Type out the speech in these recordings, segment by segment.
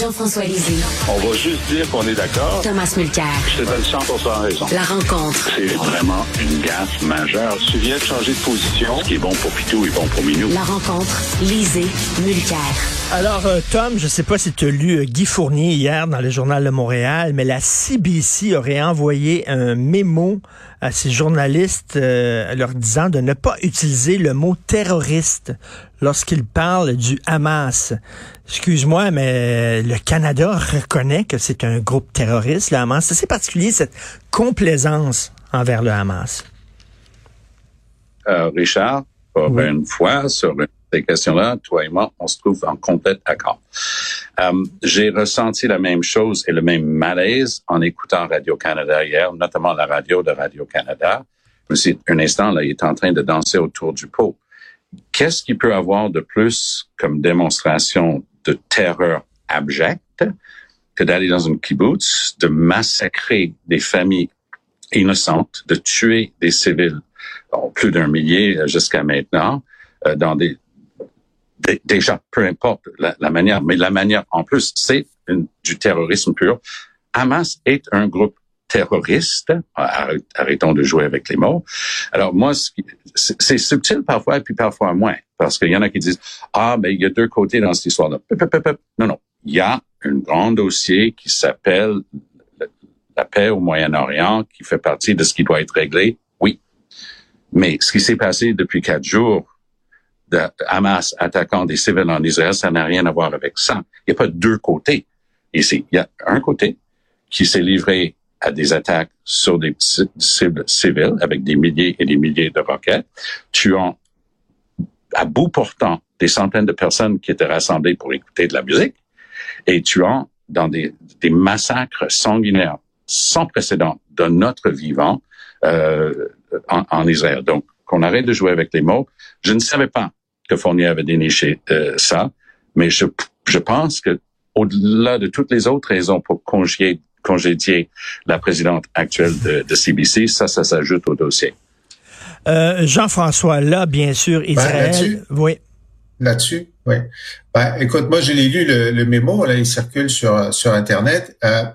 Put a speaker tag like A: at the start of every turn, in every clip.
A: Jean-François Lisée.
B: On va juste dire qu'on est d'accord.
A: Thomas Mulcair.
B: Je te donne 100% raison.
A: La rencontre.
B: C'est vraiment une gaffe majeure. Tu viens de changer de position. Ce qui est bon pour Pitou est bon pour Minou.
A: La rencontre. Lisée. Mulcair.
C: Alors, Tom, je sais pas si tu as lu Guy Fournier hier dans le Journal de Montréal, mais la CBC aurait envoyé un mémo à ses journalistes leur disant de ne pas utiliser le mot terroriste lorsqu'ils parlent du Hamas. Excuse-moi, mais le Canada reconnaît que c'est un groupe terroriste, le Hamas. C'est assez particulier, cette complaisance envers le Hamas.
D: Richard, pour une fois, sur ces questions-là, toi et moi, on se trouve en complet accord. J'ai ressenti la même chose et le même malaise en écoutant Radio-Canada hier, notamment la radio de Radio-Canada. Je me suis dit, un instant, là, il est en train de danser autour du pot. Qu'est-ce qu'il peut avoir de plus comme démonstration de terreur abjecte que d'aller dans une kibbutz, de massacrer des familles innocentes, de tuer des civils, plus d'1 millier jusqu'à maintenant, dans déjà, peu importe la manière, mais la manière, en plus, c'est du terrorisme pur. Hamas est un groupe terroriste. Arrêtons de jouer avec les mots. Alors, moi, c'est subtil parfois, et puis parfois moins, parce qu'il y en a qui disent, mais il y a deux côtés dans cette histoire-là. Non. Il y a un grand dossier qui s'appelle la paix au Moyen-Orient, qui fait partie de ce qui doit être réglé. Oui. Mais ce qui s'est passé depuis 4 jours, de Hamas attaquant des civils en Israël, ça n'a rien à voir avec ça. Il n'y a pas deux côtés ici. Il y a un côté qui s'est livré à des attaques sur des cibles civiles avec des milliers et des milliers de roquettes, tuant à bout portant des centaines de personnes qui étaient rassemblées pour écouter de la musique et tuant dans des massacres sanguinaires sans précédent de notre vivant en Israël. Donc, qu'on arrête de jouer avec les mots. Je ne savais pas que Fournier avait déniché ça, mais je pense que au-delà de toutes les autres raisons pour congédier la présidente actuelle de CBC, ça s'ajoute au dossier.
C: Jean-François, là, bien sûr, Israël...
E: Là-dessus, oui. Écoute, moi, je l'ai lu, le mémo, là, il circule sur Internet.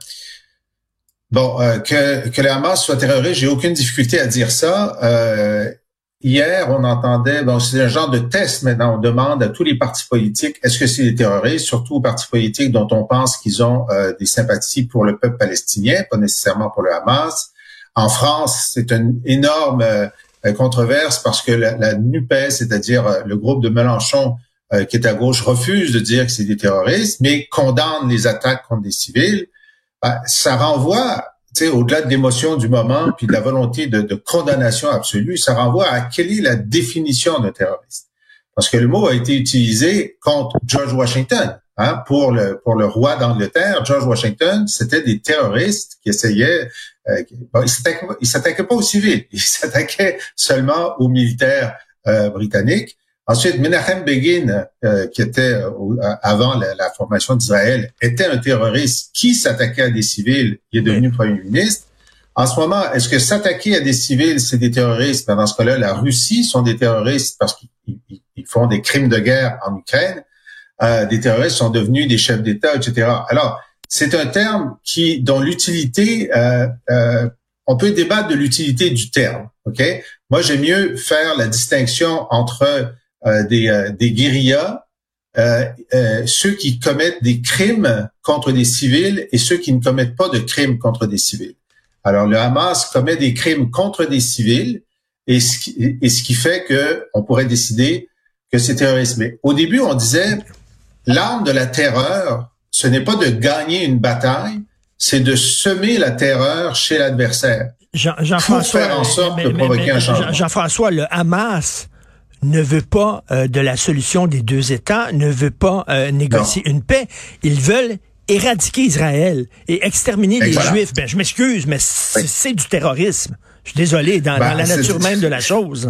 E: Que le Hamas soit terroriste, j'ai aucune difficulté à dire ça. Hier, on entendait, c'est un genre de test maintenant, on demande à tous les partis politiques, est-ce que c'est des terroristes, surtout aux partis politiques dont on pense qu'ils ont des sympathies pour le peuple palestinien, pas nécessairement pour le Hamas. En France, c'est une énorme controverse parce que la NUPES, c'est-à-dire le groupe de Mélenchon qui est à gauche, refuse de dire que c'est des terroristes, mais condamne les attaques contre des civils. Ça renvoie, au-delà de l'émotion du moment puis de la volonté de condamnation absolue, ça renvoie à quelle est la définition d'un terroriste. Parce que le mot a été utilisé contre George Washington, pour le roi d'Angleterre. George Washington, c'était des terroristes qui essayaient, ils s'attaquaient pas aux civils, ils s'attaquaient seulement aux militaires britanniques. Ensuite, Menachem Begin, qui était avant la formation d'Israël, était un terroriste qui s'attaquait à des civils. Il est devenu premier ministre. En ce moment, est-ce que s'attaquer à des civils, c'est des terroristes? Dans ce cas-là, la Russie sont des terroristes parce qu'ils font des crimes de guerre en Ukraine. Des terroristes sont devenus des chefs d'État, etc. Alors, c'est un terme dont l'utilité, on peut débattre de l'utilité du terme. Ok? Moi, j'aime mieux faire la distinction entre des guérillas, ceux qui commettent des crimes contre des civils et ceux qui ne commettent pas de crimes contre des civils. Alors, le Hamas commet des crimes contre des civils et ce qui fait que on pourrait décider que c'est terroriste. Mais au début, on disait l'arme de la terreur, ce n'est pas de gagner une bataille, c'est de semer la terreur chez l'adversaire.
C: Jean-François,
E: pour faire en sorte de provoquer un changement.
C: Jean-François, le Hamas ne veut pas de la solution des deux États, ne veut pas négocier une paix. Ils veulent éradiquer Israël et exterminer les Juifs. Je m'excuse, mais c'est du terrorisme. Je suis désolé, dans la nature même de la chose.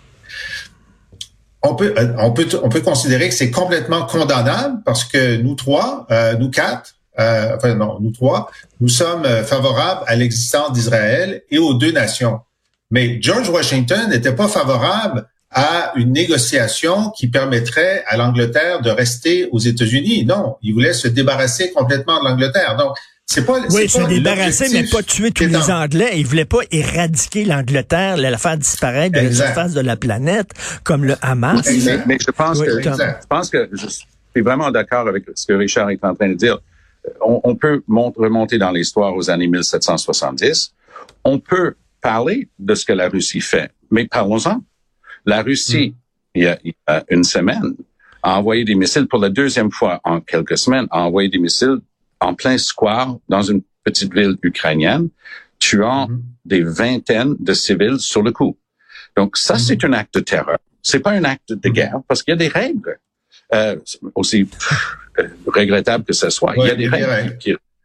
E: On peut considérer que c'est complètement condamnable parce que nous trois, nous trois, nous sommes favorables à l'existence d'Israël et aux deux nations. Mais George Washington n'était pas favorable à une négociation qui permettrait à l'Angleterre de rester aux États-Unis. Non, il voulait se débarrasser complètement de l'Angleterre. Donc, c'est pas...
C: Oui, se débarrasser, mais pas tuer tous les Anglais. Il voulait pas éradiquer l'Angleterre, la faire disparaître de la surface de la planète, comme le Hamas.
D: Mais je pense que je suis vraiment d'accord avec ce que Richard est en train de dire. On peut remonter dans l'histoire aux années 1770. On peut parler de ce que la Russie fait, mais parlons-en. La Russie, il y a une semaine, a envoyé des missiles pour la deuxième fois en quelques semaines, a envoyé des missiles en plein square dans une petite ville ukrainienne, tuant des vingtaines de civils sur le coup. Donc ça, c'est un acte de terreur. C'est pas un acte de guerre parce qu'il y a des règles. Aussi regrettable que ce soit, il y a des règles.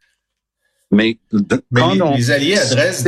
D: Mais quand
E: les alliés adressent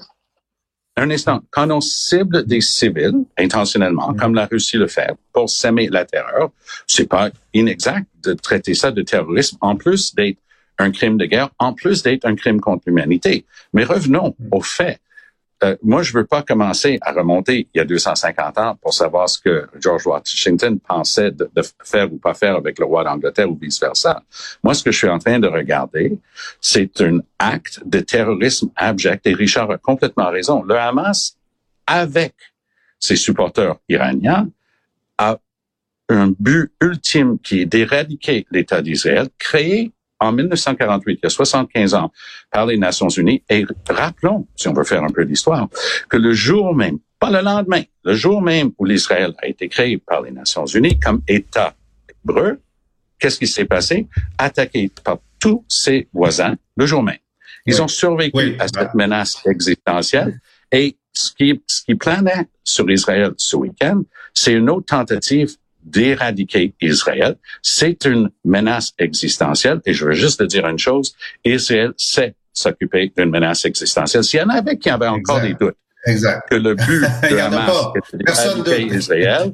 D: un instant, quand on cible des civils intentionnellement, comme la Russie le fait, pour s'aimer la terreur, c'est pas inexact de traiter ça de terrorisme, en plus d'être un crime de guerre, en plus d'être un crime contre l'humanité. Mais revenons aux faits. Moi, je veux pas commencer à remonter il y a 250 ans pour savoir ce que George Washington pensait de faire ou pas faire avec le roi d'Angleterre ou vice-versa. Moi, ce que je suis en train de regarder, c'est un acte de terrorisme abject. Et Richard a complètement raison. Le Hamas, avec ses supporters iraniens, a un but ultime qui est d'éradiquer l'État d'Israël, créé en 1948, il y a 75 ans, par les Nations Unies. Et rappelons, si on veut faire un peu d'histoire, que le jour même, pas le lendemain, le jour même où l'Israël a été créé par les Nations Unies comme État hébreu, qu'est-ce qui s'est passé? Attaqué par tous ses voisins le jour même. Ils ont survécu à cette menace existentielle. Et ce qui planait sur Israël ce week-end, c'est une autre tentative d'éradiquer Israël. C'est une menace existentielle. Et je veux juste te dire une chose, Israël sait s'occuper d'une menace existentielle. S'il y en avait qui avaient encore des doutes que le but de Hamas était d'éradiquer Israël,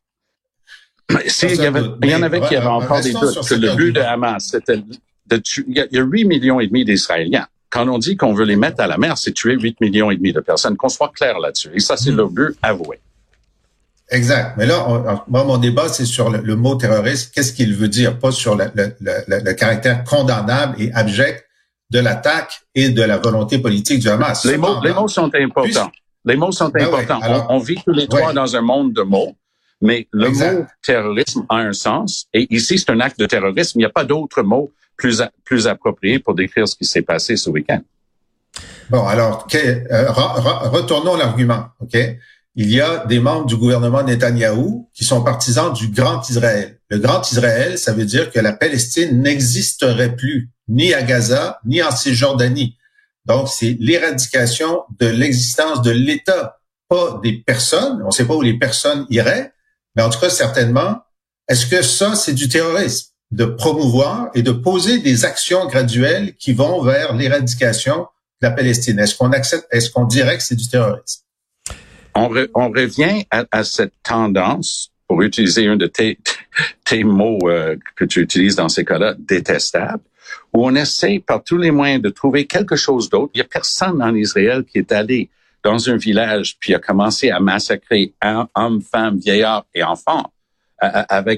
D: il y en avait qui avaient encore des doutes que le but de Hamas, c'était de tuer. Il y a 8 millions et demi d'Israéliens. Quand on dit qu'on veut les mettre à la mer, c'est tuer 8 millions et demi de personnes. Qu'on soit clair là-dessus. Et ça, c'est le but avoué.
E: Exact. Mais là, moi, mon débat, c'est sur le mot terroriste. Qu'est-ce qu'il veut dire? Pas sur le caractère condamnable et abject de l'attaque et de la volonté politique du Hamas.
D: Les mots sont importants. Les mots sont importants. Alors, on vit tous les trois dans un monde de mots, mais le mot terrorisme a un sens. Et ici, c'est un acte de terrorisme. Il n'y a pas d'autre mot plus approprié pour décrire ce qui s'est passé ce week-end.
E: Bon, alors, retournons l'argument, OK? Il y a des membres du gouvernement Netanyahou qui sont partisans du Grand Israël. Le Grand Israël, ça veut dire que la Palestine n'existerait plus, ni à Gaza, ni en Cisjordanie. Donc, c'est l'éradication de l'existence de l'État, pas des personnes. On ne sait pas où les personnes iraient, mais en tout cas, certainement, est-ce que ça, c'est du terrorisme? De promouvoir et de poser des actions graduelles qui vont vers l'éradication de la Palestine. Est-ce qu'on dirait que c'est du terrorisme?
D: On revient à cette tendance, pour utiliser un de tes mots que tu utilises dans ces cas-là, détestable, où on essaie par tous les moyens de trouver quelque chose d'autre. Il y a personne en Israël qui est allé dans un village puis a commencé à massacrer hommes, femmes, vieillards et enfants avec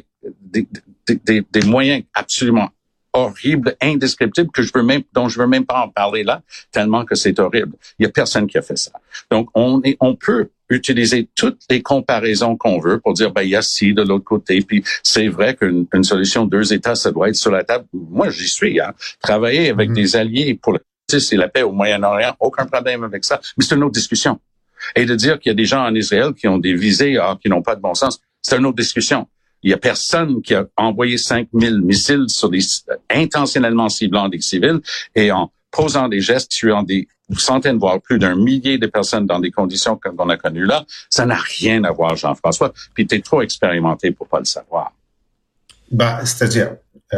D: des moyens absolument horribles, indescriptibles, dont je veux même pas en parler là, tellement que c'est horrible. Il y a personne qui a fait ça. Donc, on peut utiliser toutes les comparaisons qu'on veut pour dire, il y a ci de l'autre côté, puis c'est vrai qu'une solution 2 États, ça doit être sur la table. Moi, j'y suis, Travailler avec des alliés pour la justice et la paix au Moyen-Orient, aucun problème avec ça, mais c'est une autre discussion. Et de dire qu'il y a des gens en Israël qui ont des visées, qui n'ont pas de bon sens, c'est une autre discussion. Il y a personne qui a envoyé 5000 missiles sur intentionnellement ciblant des civils et en posant des gestes, tuant des centaines, voire plus d'un millier de personnes dans des conditions comme on a connues là. Ça n'a rien à voir, Jean-François. Puis t'es trop expérimenté pour pas le savoir.
E: C'est-à-dire,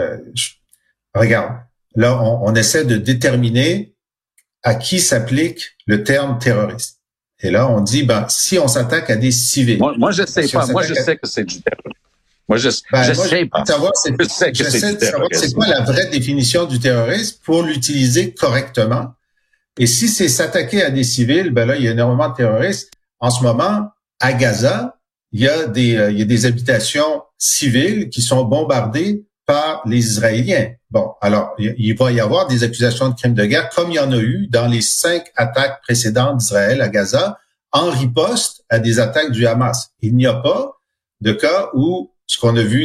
E: regarde, là, on essaie de déterminer à qui s'applique le terme terroriste. Et là, on dit, si on s'attaque à des civils.
D: Moi, je sais pas. Moi, je sais que c'est du terrorisme. Moi, je sais pas.
E: J'essaie de savoir c'est quoi la vraie définition du terrorisme pour l'utiliser correctement. Et si c'est s'attaquer à des civils, là, il y a énormément de terroristes. En ce moment, à Gaza, il y a des habitations civiles qui sont bombardées par les Israéliens. Bon, alors, il va y avoir des accusations de crimes de guerre, comme il y en a eu dans les 5 attaques précédentes d'Israël à Gaza, en riposte à des attaques du Hamas. Il n'y a pas de cas où, ce qu'on a vu,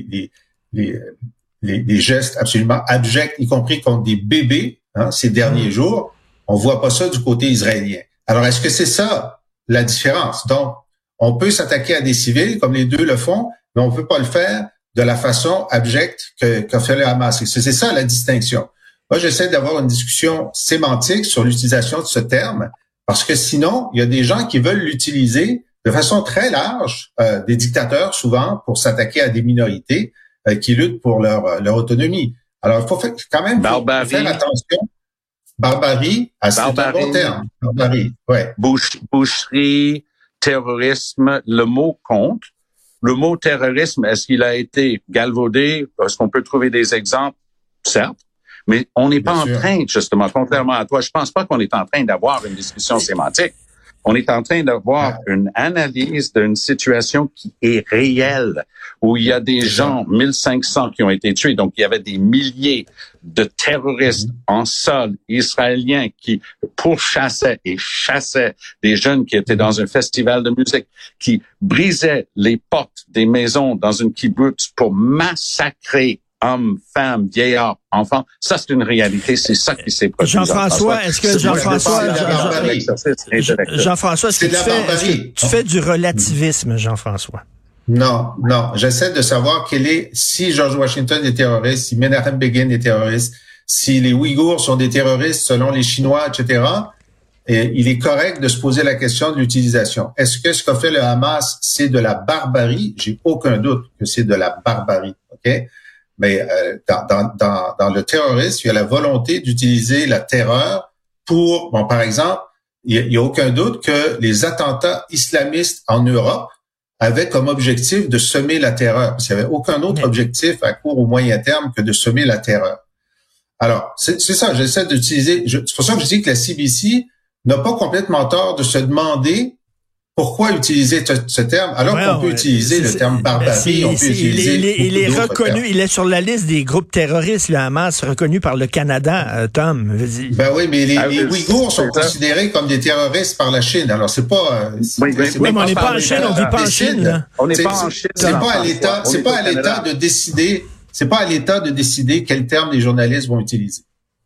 E: les gestes absolument abjects, y compris contre des bébés, ces derniers jours, on voit pas ça du côté israélien. Alors, est-ce que c'est ça la différence? Donc, on peut s'attaquer à des civils, comme les deux le font, mais on peut pas le faire de la façon abjecte qu'a fait le Hamas. C'est ça la distinction. Moi, j'essaie d'avoir une discussion sémantique sur l'utilisation de ce terme, parce que sinon, il y a des gens qui veulent l'utiliser de façon très large, des dictateurs souvent, pour s'attaquer à des minorités qui luttent pour leur autonomie. Alors, il faut quand même faire attention. Barbarie, c'est un bon terme. Barbarie, ouais.
D: Boucherie, terrorisme, le mot compte. Le mot terrorisme, est-ce qu'il a été galvaudé? Est-ce qu'on peut trouver des exemples? Certes. Mais on n'est pas en train, justement, contrairement à toi, je pense pas qu'on est en train d'avoir une discussion sémantique. On est en train d'avoir une analyse d'une situation qui est réelle, où il y a des gens, 1500 qui ont été tués. Donc, il y avait des milliers de terroristes en sol israéliens qui pourchassaient et chassaient des jeunes qui étaient dans un festival de musique, qui brisaient les portes des maisons dans une kibbutz pour massacrer hommes, femmes, vieillards, enfants. Ça, c'est une réalité. C'est ça qui s'est produit.
C: Jean-François, est-ce que Jean-François, est-ce que tu fais du relativisme, Jean-François?
E: Non. J'essaie de savoir si George Washington est terroriste, si Menachem Begin est terroriste, si les Ouïghours sont des terroristes selon les Chinois, etc. Et il est correct de se poser la question de l'utilisation. Est-ce que ce qu'a fait le Hamas, c'est de la barbarie? J'ai aucun doute que c'est de la barbarie. OK? Mais dans le terrorisme, il y a la volonté d'utiliser la terreur pour, par exemple, il y a aucun doute que les attentats islamistes en Europe avaient comme objectif de semer la terreur. Parce qu'il n'y avait aucun autre objectif à court ou moyen terme que de semer la terreur. Alors, c'est ça, j'essaie d'utiliser. C'est pour ça que je dis que la CBC n'a pas complètement tort de se demander pourquoi utiliser ce terme alors qu'on peut utiliser le terme barbarie, on peut utiliser
C: il est reconnu, termes. Il est sur la liste des groupes terroristes, le Hamas, reconnu par le Canada, Tom.
E: Ben oui, mais les Ouïghours sont considérés comme des terroristes par la Chine. Alors c'est pas
C: mais on n'est pas en Chine, on vit pas en Chine.
D: On n'est pas en Chine.
E: C'est pas à l'État de décider, c'est pas à l'État de décider quel terme les journalistes vont utiliser.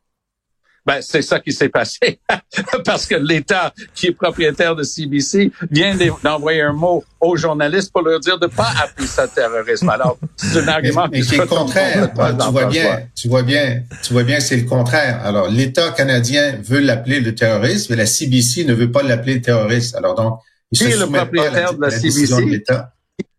D: Ben, c'est ça qui s'est passé. Parce que l'État, qui est propriétaire de CBC, vient d'envoyer un mot aux journalistes pour leur dire de pas appeler ça terrorisme. Alors, c'est un argument
E: qui est contraire. Tu vois bien, c'est le contraire. Alors, l'État canadien veut l'appeler le terrorisme, mais la CBC ne veut pas l'appeler le terroriste. Alors, donc, il se soumet pas à la décision de l'État.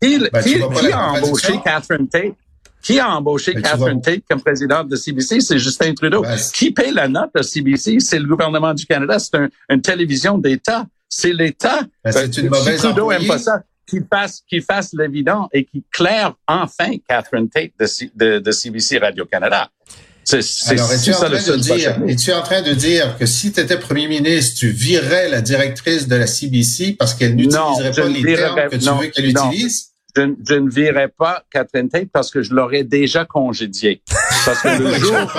D: Qui a embauché Catherine Tate? Qui a embauché Catherine Tate comme présidente de CBC? C'est Justin Trudeau. Qui paye la note de CBC? C'est le gouvernement du Canada. C'est une télévision d'État. C'est l'État.
E: C'est une mauvaise
D: si Trudeau aime pas ça, qu'il fasse l'évident et qu'il claire enfin Catherine Tate de CBC Radio-Canada.
E: Alors, es-tu en train de dire que si tu étais premier ministre, tu virerais la directrice de la CBC parce qu'elle n'utiliserait pas les termes que tu veux qu'elle utilise?
D: Je ne virais pas Catherine Tate parce que je l'aurais déjà congédiée. Parce que le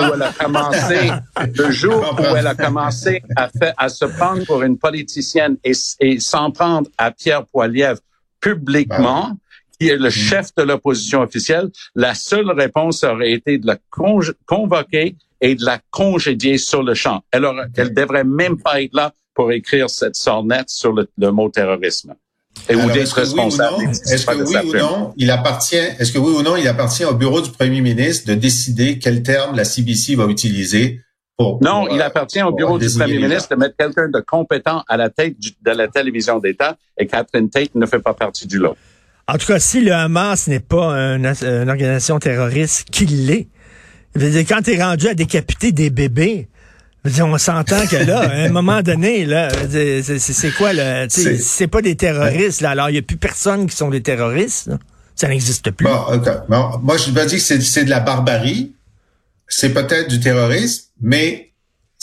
D: jour où elle a commencé à se prendre pour une politicienne et s'en prendre à Pierre Poilievre publiquement, qui est le chef de l'opposition officielle, la seule réponse aurait été de la convoquer et de la congédier sur le champ. Elle devrait même pas être là pour écrire cette sornette sur le mot terrorisme.
E: Est-ce que oui ou non, il appartient au bureau du premier ministre de décider quel terme la CBC va utiliser
D: il appartient au bureau du premier ministre de mettre quelqu'un de compétent à la tête de la télévision d'État et Catherine Tate ne fait pas partie du lot.
C: En tout cas, si le Hamas n'est pas une organisation terroriste, qu'il l'est, quand t'es rendu à décapiter des bébés, on s'entend que là, à un moment donné, là, c'est quoi, là? C'est pas des terroristes, là. Alors, il n'y a plus personne qui sont des terroristes, là. Ça n'existe plus.
E: Bon, moi, je vais dire que c'est de la barbarie. C'est peut-être du terrorisme, mais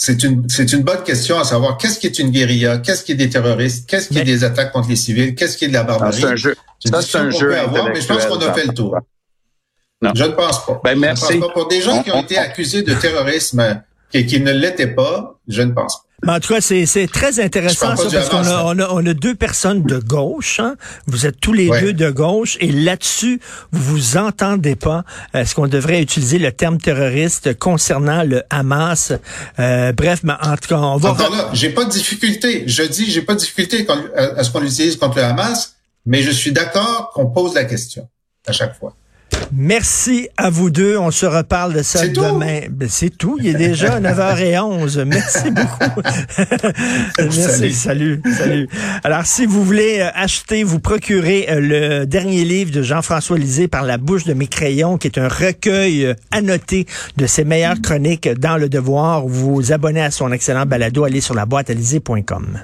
E: c'est une bonne question à savoir qu'est-ce qui est une guérilla, qu'est-ce qui est des terroristes, qu'est-ce qui est des attaques contre les civils, qu'est-ce qui est de la barbarie.
D: C'est un jeu. C'est un jeu intellectuel.
E: Mais je pense qu'on a fait le tour.
D: Non.
E: Je ne pense pas.
D: Ben, merci.
E: Je ne pense pas. Pour des gens qui ont été accusés de terrorisme et qui ne l'étaient pas, je ne pense pas.
C: Mais en tout cas, c'est très intéressant ça, parce qu'on a deux personnes de gauche. Hein? Vous êtes tous les deux de gauche et là-dessus, vous vous entendez pas. Est-ce qu'on devrait utiliser le terme terroriste concernant le Hamas? Bref, mais en tout cas, on va...
E: Encore là, j'ai pas de difficulté. Je dis, j'ai pas de difficulté à ce qu'on l'utilise contre le Hamas, mais je suis d'accord qu'on pose la question à chaque fois.
C: Merci à vous deux. On se reparle de ça demain. C'est tout. Il est déjà 9h11. Merci beaucoup. Merci. Salut. Alors, si vous voulez acheter, vous procurer le dernier livre de Jean-François Lisée, Par la bouche de mes crayons, qui est un recueil annoté de ses meilleures chroniques dans Le Devoir, vous vous abonnez à son excellent balado, allez sur laboîtealizée.com.